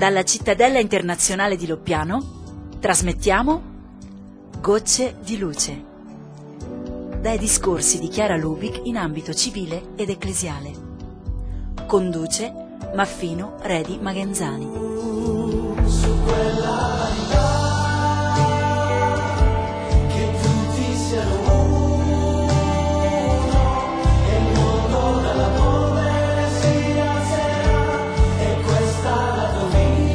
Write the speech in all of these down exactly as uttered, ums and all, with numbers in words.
Dalla Cittadella Internazionale di Loppiano trasmettiamo Gocce di Luce, dai discorsi di Chiara Lubic in ambito civile ed ecclesiale. Conduce Maffino Redi Magenzani. Su quella vita, che tutti siano uno, e il mondo dalla polvere si alzerà, e questa la tua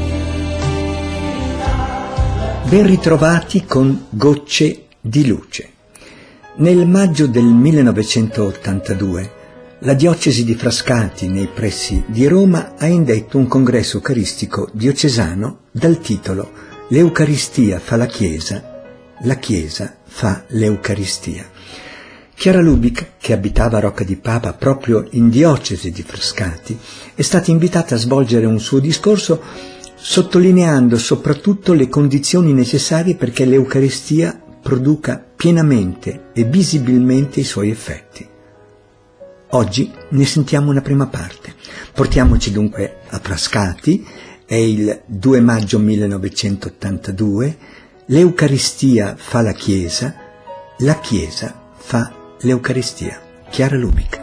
vita. Ben ritrovati con Gocce di Luce. Nel maggio del millenovecentottantadue la diocesi di Frascati, nei pressi di Roma, ha indetto un congresso eucaristico diocesano dal titolo «L'Eucaristia fa la Chiesa, la Chiesa fa l'Eucaristia». Chiara Lubic, che abitava a Rocca di Papa proprio in diocesi di Frascati, è stata invitata a svolgere un suo discorso sottolineando soprattutto le condizioni necessarie perché l'Eucaristia produca pienamente e visibilmente i suoi effetti. Oggi ne sentiamo una prima parte. Portiamoci dunque a Frascati, è il due maggio millenovecentottantadue, l'Eucaristia fa la Chiesa, la Chiesa fa l'Eucaristia. Chiara Lubic.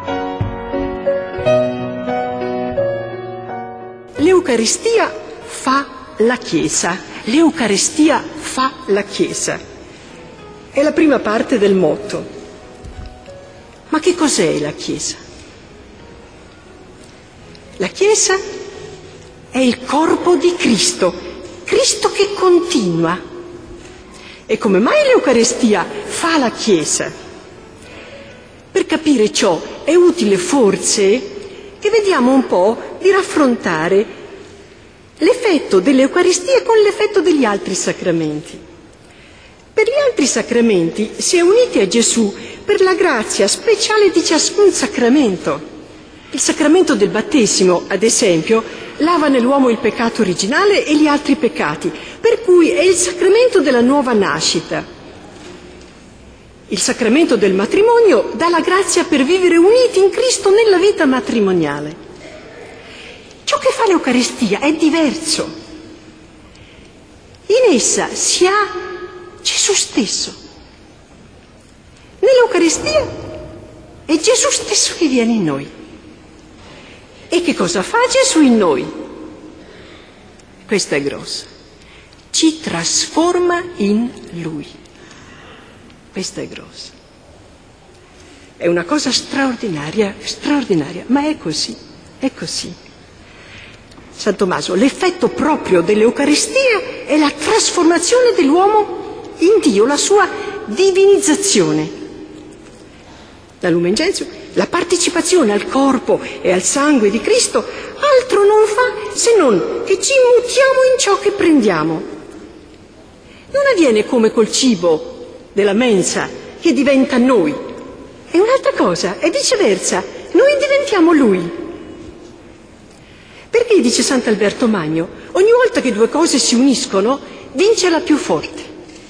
L'Eucaristia fa la Chiesa, l'Eucaristia fa la Chiesa. È la prima parte del motto. Ma che cos'è la Chiesa? La Chiesa è il corpo di Cristo, Cristo che continua. E come mai l'Eucaristia fa la Chiesa? Per capire ciò è utile forse che vediamo un po' di raffrontare l'effetto dell'Eucaristia con l'effetto degli altri sacramenti. Per gli altri sacramenti si è uniti a Gesù per la grazia speciale di ciascun sacramento. Il sacramento del battesimo, ad esempio, lava nell'uomo il peccato originale e gli altri peccati, per cui è il sacramento della nuova nascita. Il sacramento del matrimonio dà la grazia per vivere uniti in Cristo nella vita matrimoniale. Ciò che fa l'Eucaristia è diverso. In essa si ha Gesù stesso. Nell'Eucaristia è Gesù stesso che viene in noi. E che cosa fa Gesù in noi? Questo è grosso. Ci trasforma in Lui. Questo è grosso. È una cosa straordinaria, straordinaria, ma è così, è così. San Tommaso, l'effetto proprio dell'Eucaristia è la trasformazione dell'uomo in Dio, la sua divinizzazione. Da Lumen Gentium, la partecipazione al corpo e al sangue di Cristo altro non fa se non che ci mutiamo in ciò che prendiamo. Non avviene come col cibo della mensa che diventa noi. È un'altra cosa, è viceversa, noi diventiamo Lui. Perché, dice Sant'Alberto Magno, ogni volta che due cose si uniscono vince la più forte.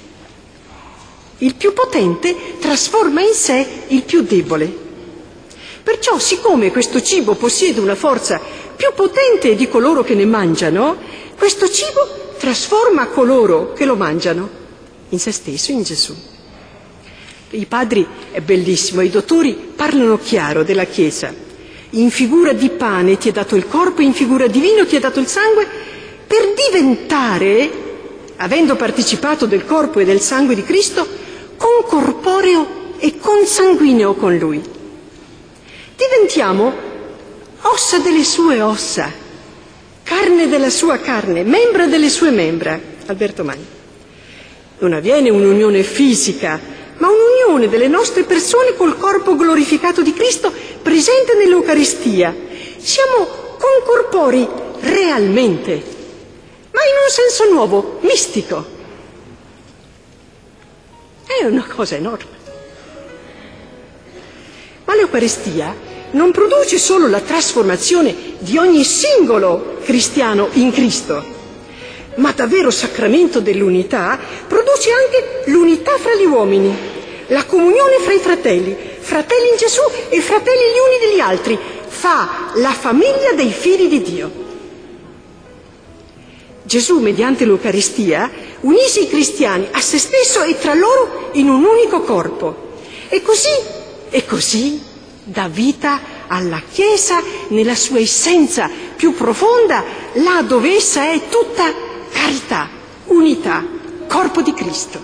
Il più potente trasforma in sé il più debole. Perciò, siccome questo cibo possiede una forza più potente di coloro che ne mangiano, questo cibo trasforma coloro che lo mangiano in se stesso, in Gesù. I padri, è bellissimo, i dottori parlano chiaro della Chiesa. In figura di pane ti è dato il corpo, in figura di vino ti è dato il sangue, per diventare, avendo partecipato del corpo e del sangue di Cristo, concorporeo e consanguineo con Lui. Diventiamo ossa delle sue ossa, carne della sua carne, membra delle sue membra. Alberto Magno. Non avviene un'unione fisica, ma un'unione delle nostre persone col corpo glorificato di Cristo presente nell'Eucaristia. Siamo concorporei realmente, ma in un senso nuovo, mistico. È una cosa enorme. Ma l'Eucaristia non produce solo la trasformazione di ogni singolo cristiano in Cristo, ma da vero sacramento dell'unità produce anche l'unità fra gli uomini, la comunione fra i fratelli, fratelli in Gesù e fratelli gli uni degli altri, fa la famiglia dei figli di Dio. Gesù, mediante l'Eucaristia, unisce i cristiani a se stesso e tra loro in un unico corpo. E così, e così dà vita alla Chiesa nella sua essenza più profonda, là dove essa è tutta carità, unità, corpo di Cristo.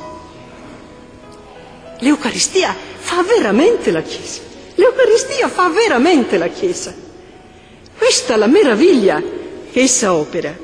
L'Eucaristia fa veramente la Chiesa. L'Eucaristia fa veramente la Chiesa. Questa è la meraviglia che essa opera.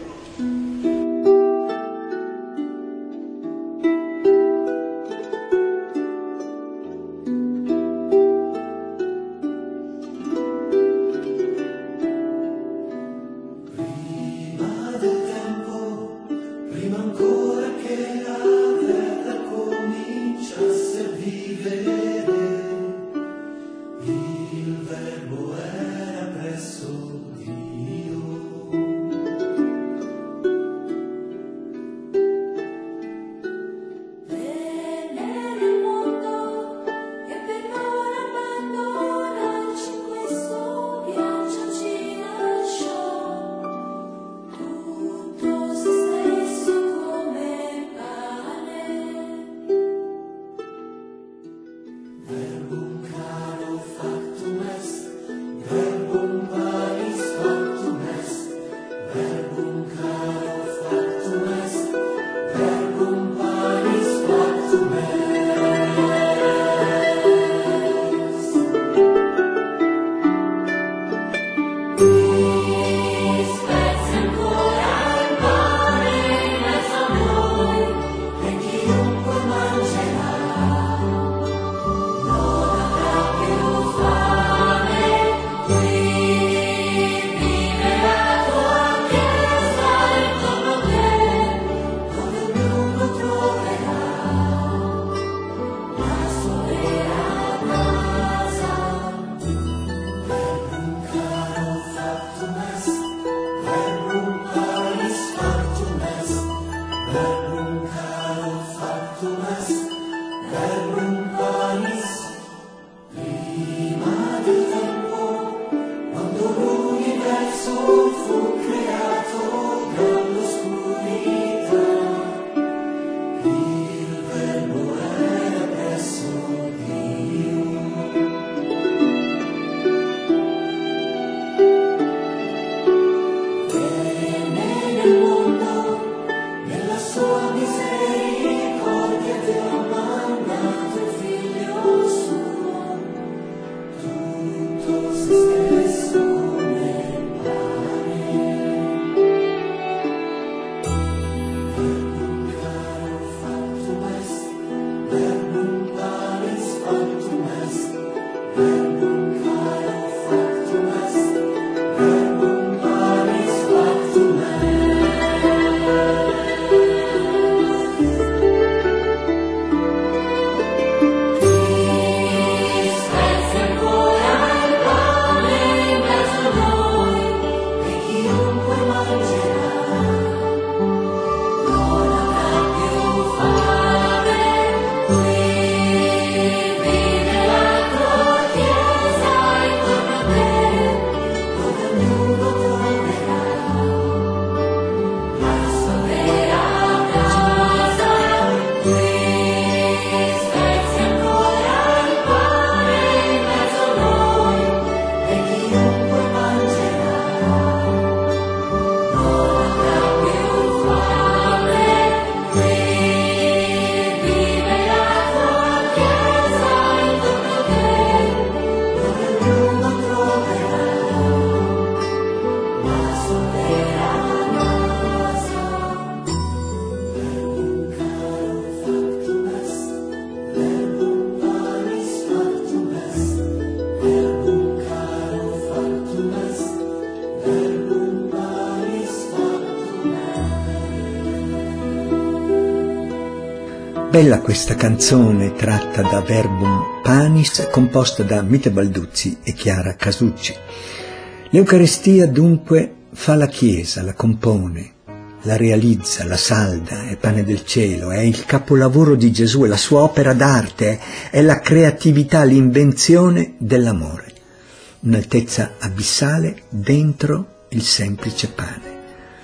Bella questa canzone tratta da Verbum Panis, composta da Mite Balduzzi e Chiara Casucci. L'Eucaristia dunque fa la Chiesa, la compone, la realizza, la salda, è pane del cielo, è il capolavoro di Gesù, è la sua opera d'arte, è la creatività, l'invenzione dell'amore, un'altezza abissale dentro il semplice pane.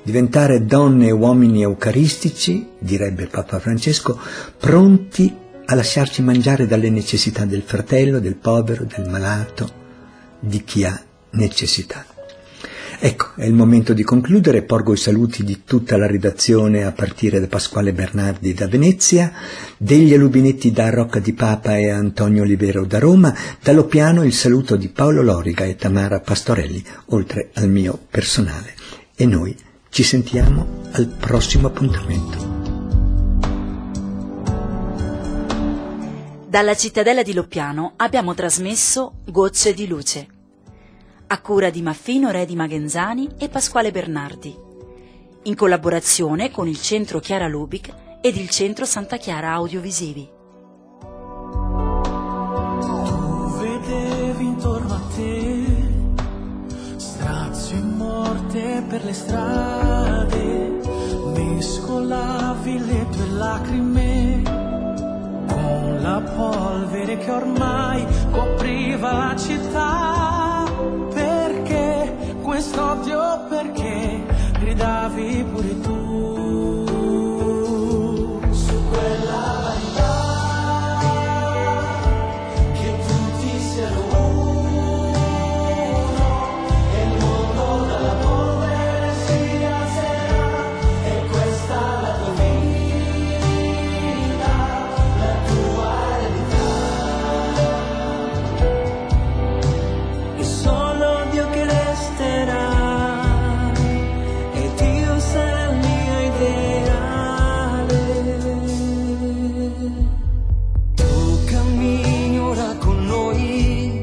diventare donne e uomini eucaristici, direbbe Papa Francesco, pronti a lasciarci mangiare dalle necessità del fratello, del povero, del malato, di chi ha necessità. Ecco, è il momento di concludere. Porgo i saluti di tutta la redazione a partire da Pasquale Bernardi da Venezia, degli Alubinetti da Rocca di Papa e Antonio Olivero da Roma, da Loppiano il saluto di Paolo Loriga e Tamara Pastorelli, oltre al mio personale. E noi ci sentiamo al prossimo appuntamento. Dalla cittadella di Loppiano abbiamo trasmesso Gocce di luce, a cura di Maffino Re di Magenzani e Pasquale Bernardi, in collaborazione con il Centro Chiara Lubic ed il Centro Santa Chiara Audiovisivi. Tu vedevi intorno a te strazio e morte per le strade, mescolavi le tue lacrime con la polvere che ormai copriva la città. Perché questo odio? Perché gridavi pure tu su quella vanità che tutti siano uno e il mondo dalla polvere si alzerà, e questa è la tua vita, la tua eredità. E solo Dio che resterà, e Dio sarà il mio ideale. Tu cammini ora con noi,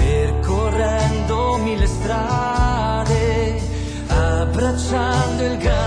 percorrendo mille strade, abbracciando il grande